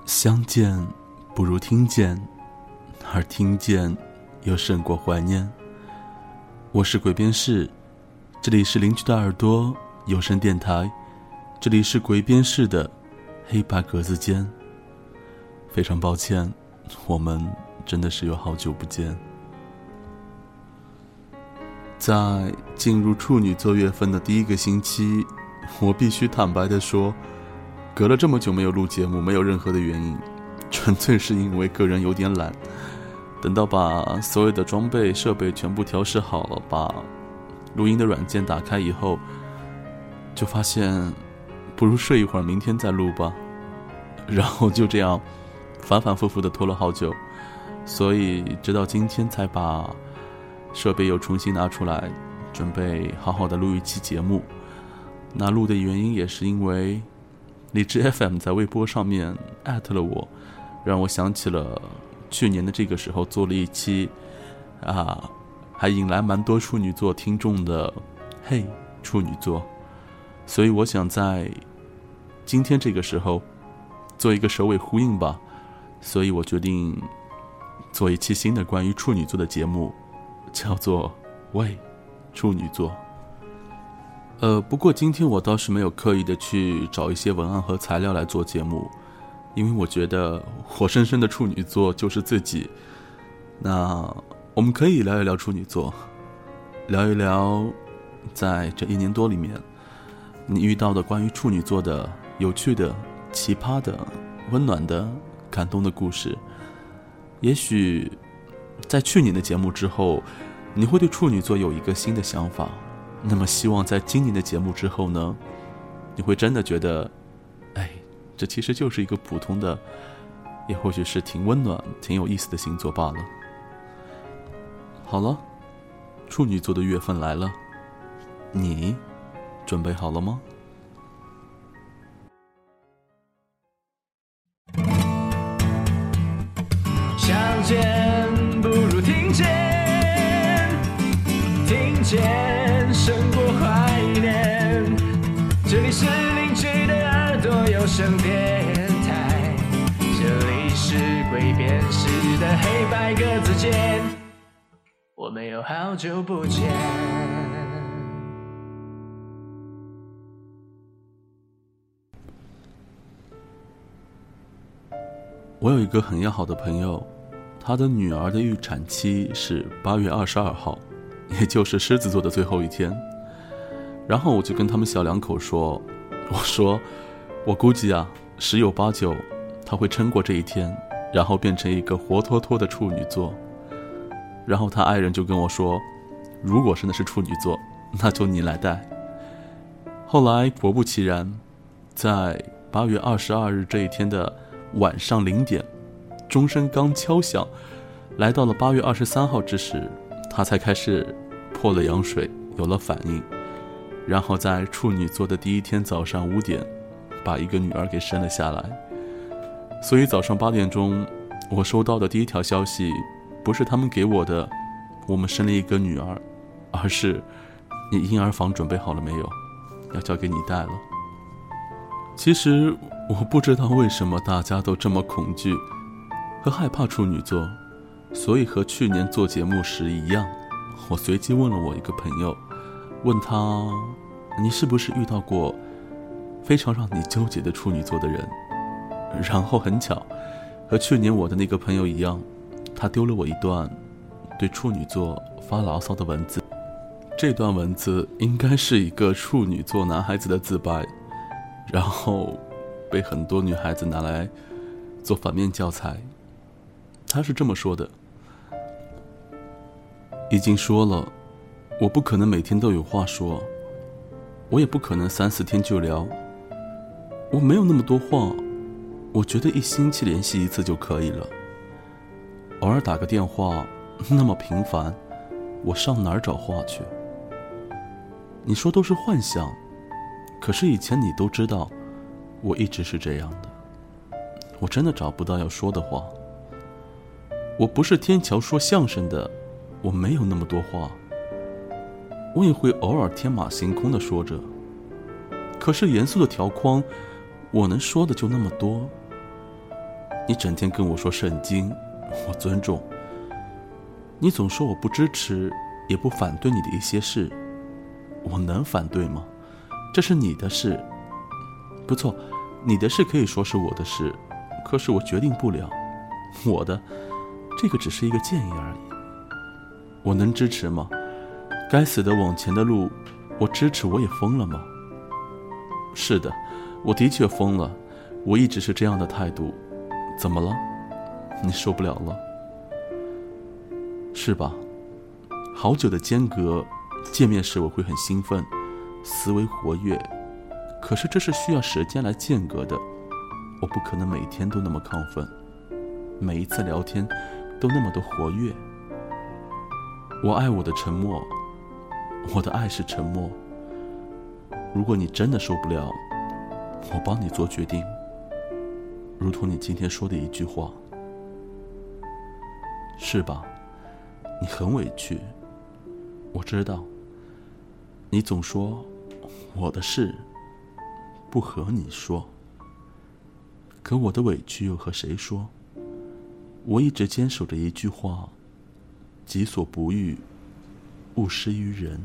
相见不如听见，而听见又胜过怀念。我是鬼边士，这里是邻居的耳朵有声电台，这里是鬼边士的黑白格子间。非常抱歉，我们真的是有好久不见。在进入处女座月份的第一个星期，我必须坦白地说，隔了这么久没有录节目，没有任何的原因，纯粹是因为个人有点懒。等到把所有的装备设备全部调试好了，把录音的软件打开以后，就发现不如睡一会儿，明天再录吧。然后就这样反反复复的拖了好久，所以直到今天才把设备又重新拿出来，准备好好的录一期节目。那录的原因也是因为荔枝 FM 在微博上面艾特了我，让我想起了去年的这个时候做了一期还引来蛮多处女座听众的嘿处女座，所以我想在今天这个时候做一个首尾呼应吧，所以我决定做一期新的关于处女座的节目，叫做喂处女座。不过今天我倒是没有刻意的去找一些文案和材料来做节目，因为我觉得活生生的处女座就是自己。那我们可以聊一聊处女座，聊一聊在这1年多里面你遇到的关于处女座的有趣的、奇葩的、温暖的、感动的故事。也许在去年的节目之后，你会对处女座有一个新的想法，那么希望在今年的节目之后呢，你会真的觉得这其实就是一个普通的，也或许是挺温暖挺有意思的星座罢了。好了，处女座的月份来了，你准备好了吗？ 相见不如听见，听见胜过怀念。这里是邻居的耳朵有声电台，这里是鬼边士的黑白格子间，我们有好久不见。 我有一个很要好的朋友，他的女儿的预产期是8月22号，也就是狮子座的最后一天。然后我就跟他们小两口说，我估计10有8九他会撑过这一天，然后变成一个活脱脱的处女座。然后他爱人就跟我说，如果真的是处女座，那就你来带。后来果不其然，在8月22日这一天的晚上0点，钟声刚敲响，来到了8月23号之时，他才开始破了羊水，有了反应，然后在处女座的第一天早上5点把一个女儿给生了下来。所以早上8点钟我收到的第一条消息不是他们给我的我们生了一个女儿，而是你婴儿房准备好了没有，要交给你带了。其实我不知道为什么大家都这么恐惧和害怕处女座，所以和去年做节目时一样，我随机问了我一个朋友，问他，你是不是遇到过非常让你纠结的处女座的人？然后很巧，和去年我的那个朋友一样，他丢了我一段对处女座发牢骚的文字。这段文字应该是一个处女座男孩子的自白，然后被很多女孩子拿来做反面教材。他是这么说的，已经说了，我不可能每天都有话说，我也不可能3、4天就聊，我没有那么多话，我觉得1星期联系1次就可以了，偶尔打个电话那么频繁，我上哪儿找话去？你说都是幻想，可是以前你都知道我一直是这样的，我真的找不到要说的话。我不是天桥说相声的，我没有那么多话，我也会偶尔天马行空的说着，可是严肃的条框，我能说的就那么多。 你整天跟我说圣经，我尊重。你总说我不支持也不反对你的一些事，我能反对吗？这是你的事。不错，你的事可以说是我的事，可是我决定不了。我的这个只是一个建议而已。我能支持吗？该死的往前的路，我支持我也疯了吗？是的，我的确疯了，我一直是这样的态度。怎么了？你受不了了？是吧？好久的间隔，见面时我会很兴奋，思维活跃，可是这是需要时间来间隔的，我不可能每天都那么亢奋，每一次聊天都那么的活跃。我爱我的沉默，我的爱是沉默。如果你真的受不了，我帮你做决定，如同你今天说的一句话。是吧？你很委屈，我知道。你总说我的事不和你说，可我的委屈又和谁说？我一直坚守着一句话：己所不欲，勿施于人。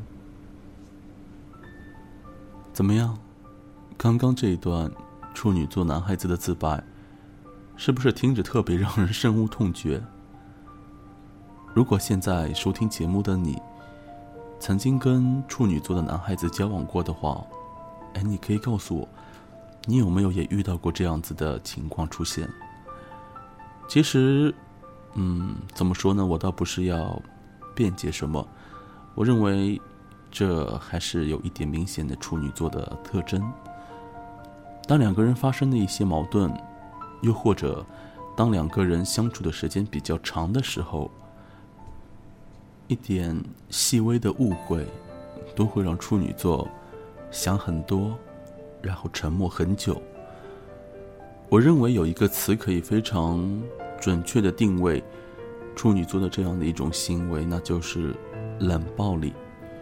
怎么样？刚刚这一段处女座男孩子的自白，是不是听着特别让人深恶痛绝？如果现在收听节目的你曾经跟处女座的男孩子交往过的话，你可以告诉我，你有没有也遇到过这样子的情况出现？其实怎么说呢，我倒不是要辩解什么，我认为这还是有一点明显的处女座的特征。当两个人发生的一些矛盾，又或者当两个人相处的时间比较长的时候，一点细微的误会都会让处女座想很多，然后沉默很久。我认为有一个词可以非常准确的定位处女座的这样的一种行为，那就是冷暴力。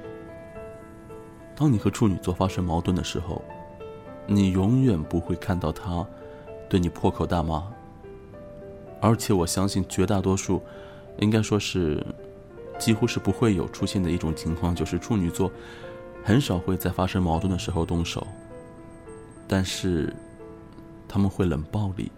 当你和处女座发生矛盾的时候，你永远不会看到他对你破口大骂，而且我相信绝大多数，应该说是几乎是不会有出现的一种情况，就是处女座很少会在发生矛盾的时候动手，但是他们会冷暴力。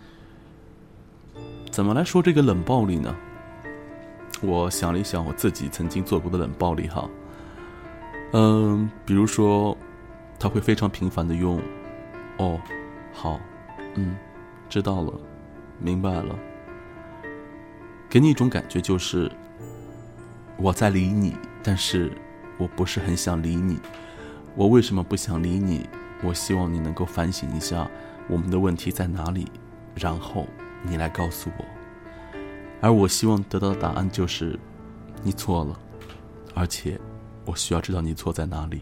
怎么来说这个冷暴力呢？我想了一想我自己曾经做过的冷暴力哈，比如说他会非常频繁的用哦，好，知道了，明白了，给你一种感觉就是我在理你，但是我不是很想理你。我为什么不想理你？我希望你能够反省一下我们的问题在哪里，然后你来告诉我。而我希望得到的答案就是你错了，而且我需要知道你错在哪里。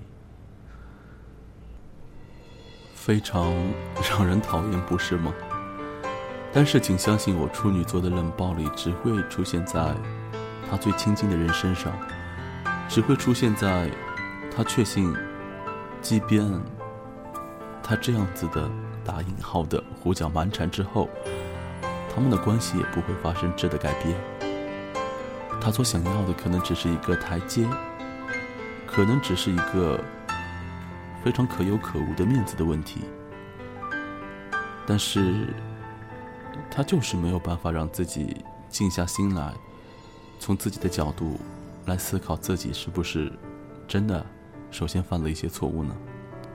非常让人讨厌，不是吗？但是请相信我，处女座的冷暴力只会出现在他最亲近的人身上，只会出现在他确信即便他这样子的打引号的胡搅蛮缠之后，他们的关系也不会发生质的改变。他所想要的可能只是一个台阶，可能只是一个非常可有可无的面子的问题，但是他就是没有办法让自己静下心来，从自己的角度来思考自己是不是真的首先犯了一些错误呢？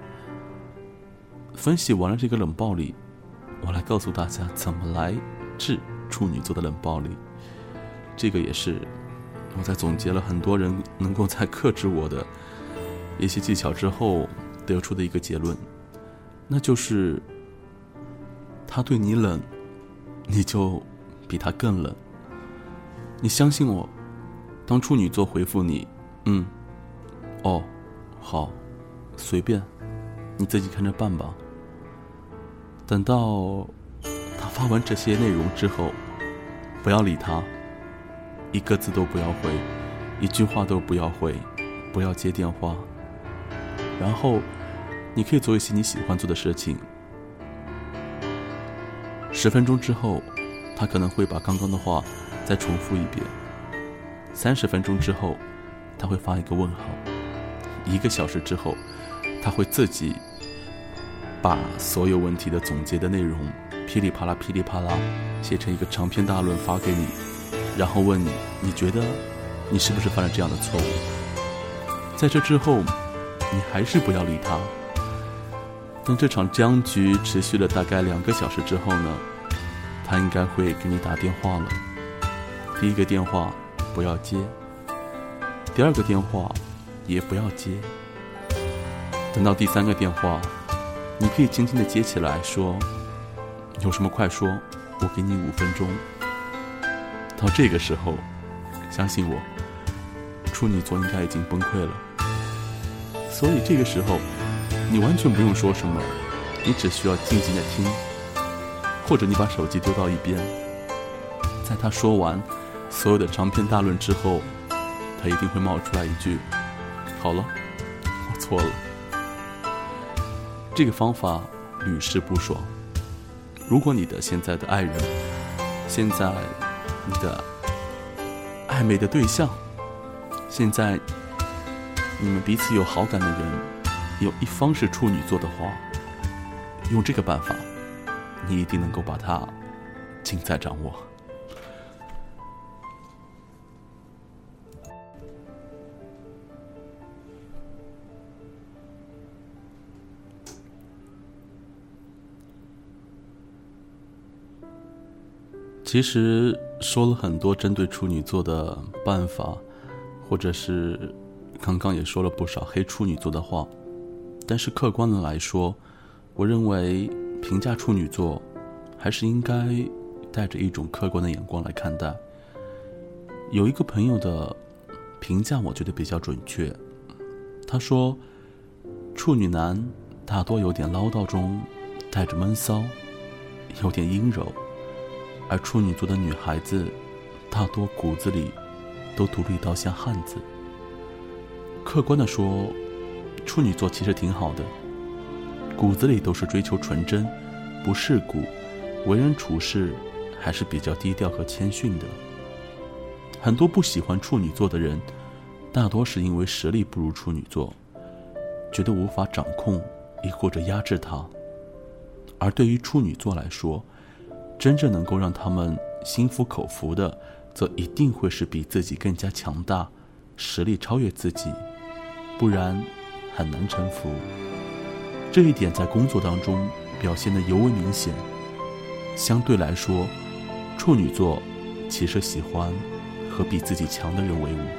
分析完了这个冷暴力，我来告诉大家怎么来治处女座的冷暴力。这个也是我在总结了很多人能够在克制我的一些技巧之后得出的一个结论，那就是他对你冷，你就比他更冷。你相信我，当处女座回复你哦，好，随便，你自己看着办吧，等到他发完这些内容之后，不要理他，一个字都不要回，一句话都不要回，不要接电话，然后你可以做一些你喜欢做的事情。10分钟之后他可能会把刚刚的话再重复一遍。30分钟之后，他会发一个问号。1个小时之后，他会自己把所有问题的总结的内容噼里啪啦噼里啪啦写成一个长篇大论发给你，然后问你，你觉得你是不是犯了这样的错误？在这之后，你还是不要理他。等这场僵局持续了大概2个小时之后呢，他应该会给你打电话了。第1个电话不要接，第2个电话也不要接。等到第3个电话，你可以轻轻地接起来说，有什么快说，我给你5分钟。到这个时候，相信我，处女座应该已经崩溃了。所以这个时候你完全不用说什么，你只需要静静地听，或者你把手机丢到一边。在他说完所有的长篇大论之后，他一定会冒出来一句，好了，我错了。这个方法屡试不爽。如果你的现在的爱人，现在你的暧昧的对象，现在你们彼此有好感的人，有一方是处女座的话，用这个办法，你一定能够把它尽在掌握。其实说了很多针对处女座的办法，或者是刚刚也说了不少黑处女座的话，但是客观的来说，我认为评价处女座还是应该带着一种客观的眼光来看待。有一个朋友的评价我觉得比较准确，他说处女男大多有点唠叨中带着闷骚，有点阴柔，而处女座的女孩子大多骨子里都独立到像汉子。客观的说，处女座其实挺好的，骨子里都是追求纯真，不世故，为人处事还是比较低调和谦逊的。很多不喜欢处女座的人，大多是因为实力不如处女座，觉得无法掌控亦或者压制他。而对于处女座来说，真正能够让他们心服口服的，则一定会是比自己更加强大，实力超越自己，不然很难臣服。这一点在工作当中表现得尤为明显。相对来说，处女座其实喜欢和比自己强的人为伍。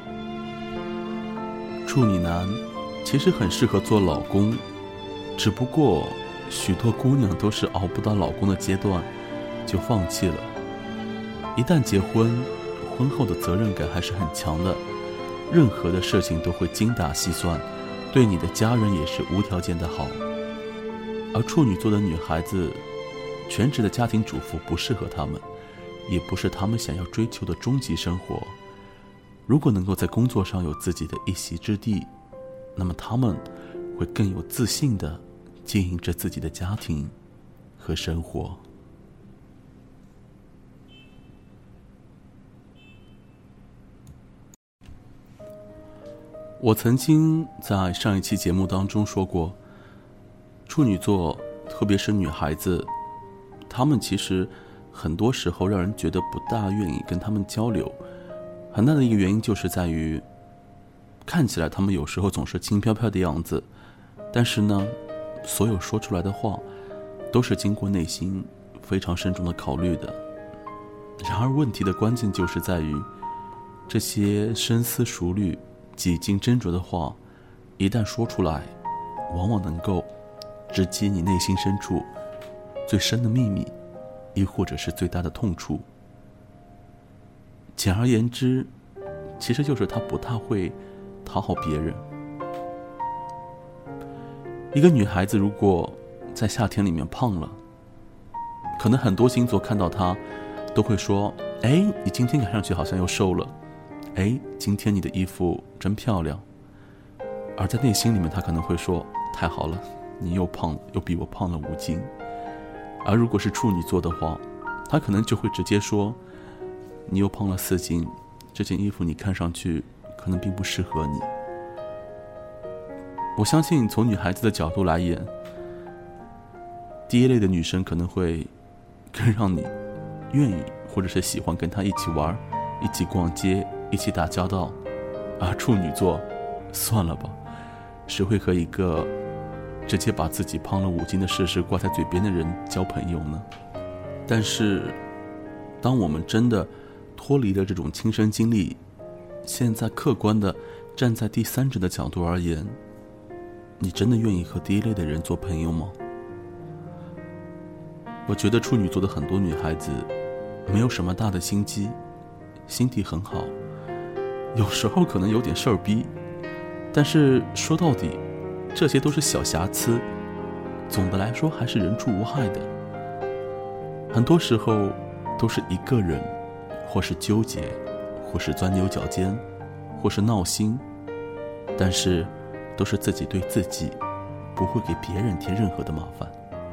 处女男其实很适合做老公，只不过许多姑娘都是熬不到老公的阶段就放弃了。一旦结婚，婚后的责任感还是很强的，任何的事情都会精打细算，对你的家人也是无条件的好。而处女座的女孩子，全职的家庭主妇不适合她们，也不是她们想要追求的终极生活。如果能够在工作上有自己的一席之地，那么她们会更有自信地经营着自己的家庭和生活。我曾经在上一期节目当中说过，处女座特别是女孩子，她们其实很多时候让人觉得不大愿意跟她们交流。很大的一个原因就是在于，看起来她们有时候总是轻飘飘的样子，但是呢，所有说出来的话都是经过内心非常慎重的考虑的。然而问题的关键就是在于，这些深思熟虑几经斟酌的话，一旦说出来，往往能够直击你内心深处最深的秘密，亦或者是最大的痛处。简而言之，其实就是他不太会讨好别人。一个女孩子如果在夏天里面胖了，可能很多星座看到她都会说，哎，你今天看上去好像又瘦了，哎，今天你的衣服真漂亮。而在内心里面，他可能会说，太好了，你又胖了，又比我胖了5斤。而如果是处女座的话， 他可能就会直接说，你又胖了4斤，这件衣服你看上去可能并不适合你。我相信从女孩子的角度来言，第一类的女生可能会更让你愿意或者是喜欢跟她一起玩，一起逛街，一起打交道。而处女座，算了吧，谁会和一个直接把自己胖了5斤的事实挂在嘴边的人交朋友呢？但是当我们真的脱离了这种亲身经历，现在客观的站在第三者的角度而言，你真的愿意和第一类的人做朋友吗？我觉得处女座的很多女孩子没有什么大的心机，心地很好，有时候可能有点事儿逼，但是说到底这些都是小瑕疵，总的来说还是人畜无害的。很多时候都是一个人，或是纠结，或是钻牛角尖，或是闹心，但是都是自己对自己，不会给别人添任何的麻烦。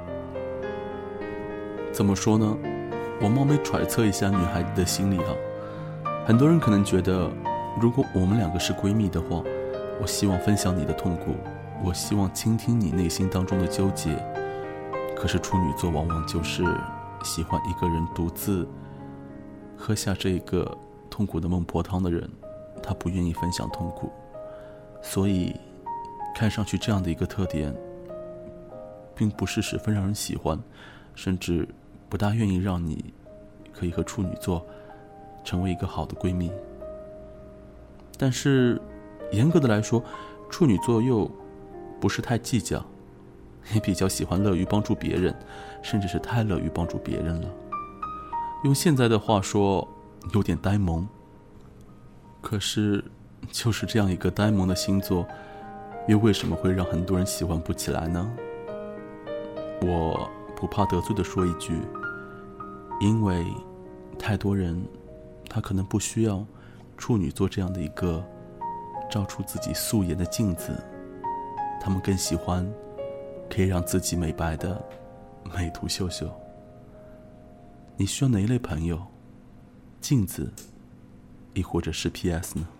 怎么说呢？我冒昧揣测一下女孩子的心理啊。很多人可能觉得，如果我们2个是闺蜜的话，我希望分享你的痛苦，我希望倾听你内心当中的纠结。可是处女座往往就是喜欢一个人独自喝下这个痛苦的孟婆汤的人，他不愿意分享痛苦。所以看上去这样的一个特点并不是十分让人喜欢，甚至不大愿意让你可以和处女座成为一个好的闺蜜。但是严格的来说，处女座又不是太计较，也比较喜欢乐于帮助别人，甚至是太乐于帮助别人了。用现在的话说，有点呆萌。可是就是这样一个呆萌的星座，又为什么会让很多人喜欢不起来呢？我不怕得罪的说一句，因为太多人他可能不需要处女座这样的一个照出自己素颜的镜子，他们更喜欢可以让自己美白的美图秀秀。你需要哪一类朋友？镜子，亦或者是 PS 呢？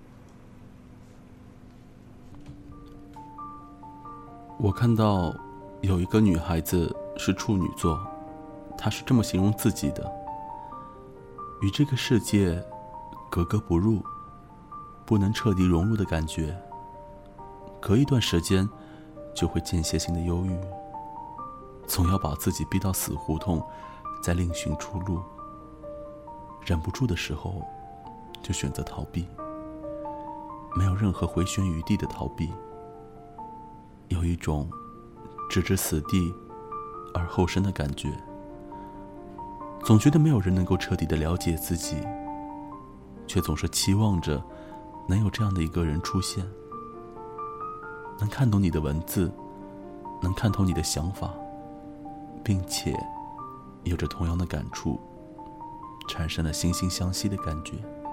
我看到有一个女孩子是处女座，她是这么形容自己的：与这个世界格格不入，不能彻底融入的感觉，隔一段时间就会间歇性的忧郁，总要把自己逼到死胡同，再另寻出路。忍不住的时候就选择逃避，没有任何回旋余地的逃避，有一种置之死地而后生的感觉。总觉得没有人能够彻底的了解自己，却总是期望着能有这样的一个人出现，能看懂你的文字，能看透你的想法，并且有着同样的感触，产生了惺惺相惜的感觉。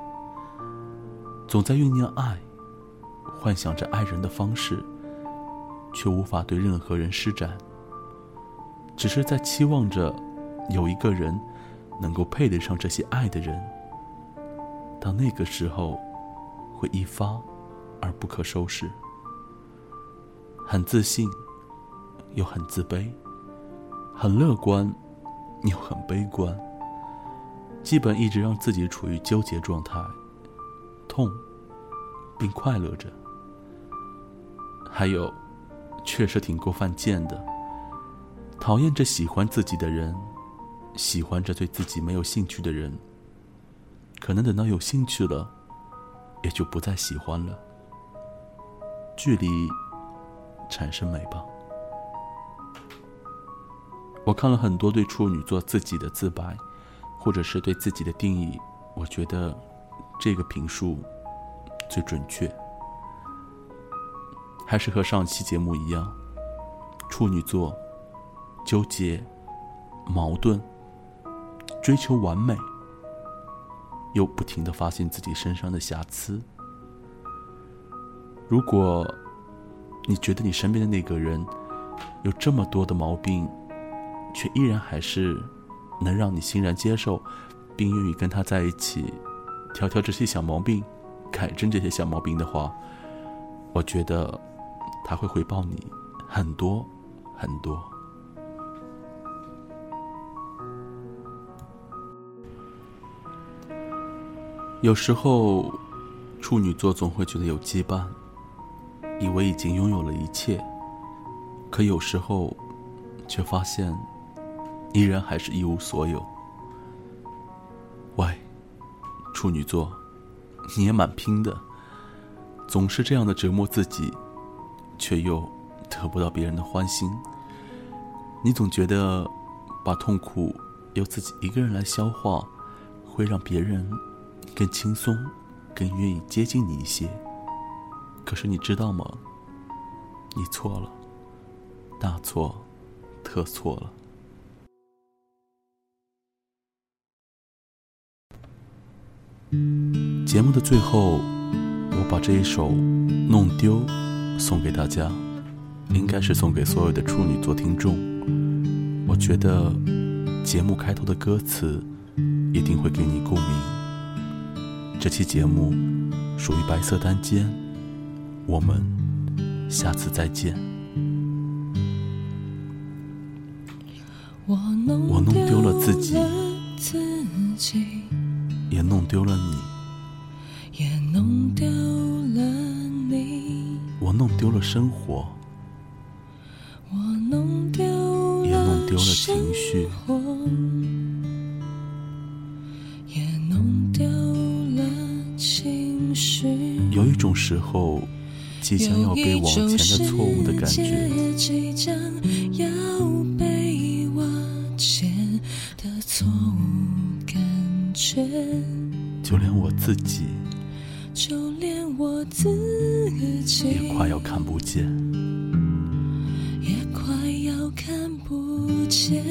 总在酝酿爱，幻想着爱人的方式，却无法对任何人施展，只是在期望着有一个人能够配得上这些爱的人，到那个时候会一发而不可收拾。很自信又很自卑，很乐观又很悲观，基本一直让自己处于纠结状态，痛并快乐着。还有确实挺过犯贱的，讨厌着喜欢自己的人，喜欢着对自己没有兴趣的人，可能等到有兴趣了也就不再喜欢了，距离产生美吧。我看了很多对处女座自己的自白，或者是对自己的定义，我觉得这个评述最准确。还是和上期节目一样，处女座纠结、矛盾、追求完美，又不停地发现自己身上的瑕疵。如果你觉得你身边的那个人有这么多的毛病，却依然还是能让你欣然接受，并愿意跟他在一起，挑挑这些小毛病，改正这些小毛病的话，我觉得他会回报你很多很多。有时候处女座总会觉得有羁绊，以为已经拥有了一切，可有时候却发现依然还是一无所有。喂，处女座，你也蛮拼的，总是这样的折磨自己，却又得不到别人的欢心。你总觉得把痛苦由自己一个人来消化，会让别人更轻松，更愿意接近你一些。可是你知道吗？你错了，大错特错了。节目的最后，我把这一首《弄丢》送给大家，应该是送给所有的处女座听众。我觉得节目开头的歌词一定会给你共鸣。这期节目属于白色单间，我们下次再见。 我弄丢了自己， 也弄丢了你， 也弄丢了你。 我弄丢了生活， 我弄丢了也弄丢了情绪， 也弄丢了情绪。 有一种时候即将要被往前的错误的感觉， 即将要被瓦解的错误感觉， 就连我自己也快要看不见， 也快要看不见。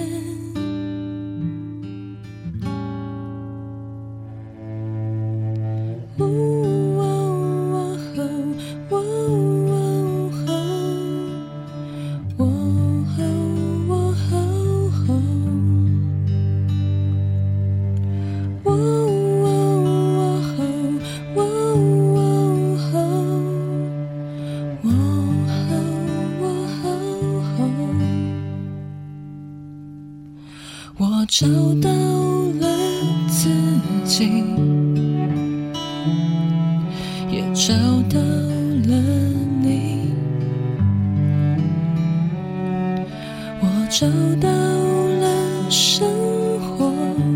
我找到了自己，也找到了你。我找到了生活，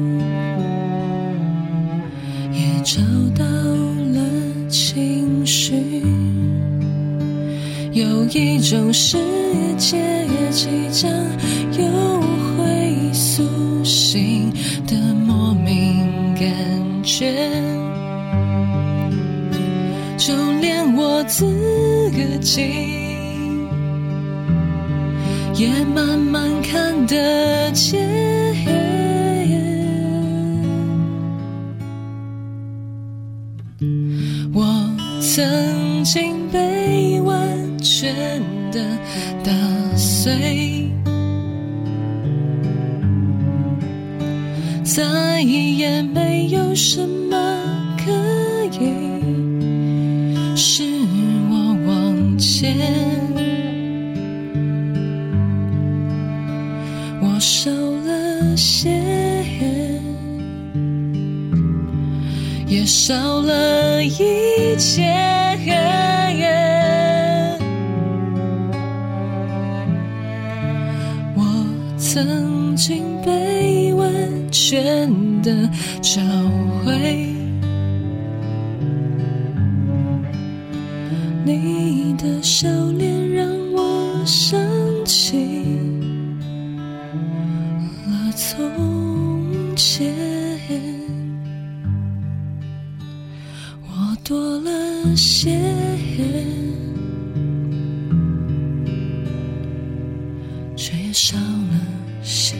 也找到了情绪。有一种世界即将又会苏醒的莫名感觉，就连我自己也慢慢看得见。我曾经被完全的打碎，再也没有什么可以使我往前。我受了些，也少了一切。我曾经被完全的找回，你的笑脸让我想起了从前。我多了些，却也少了些。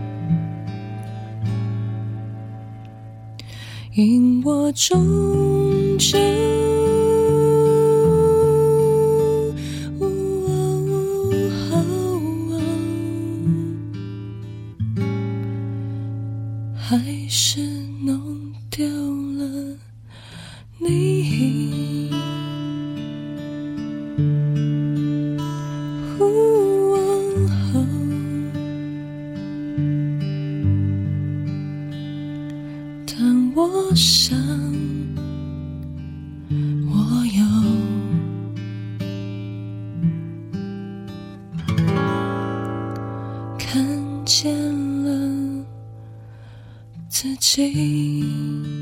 因我终究我想我有看见了自己。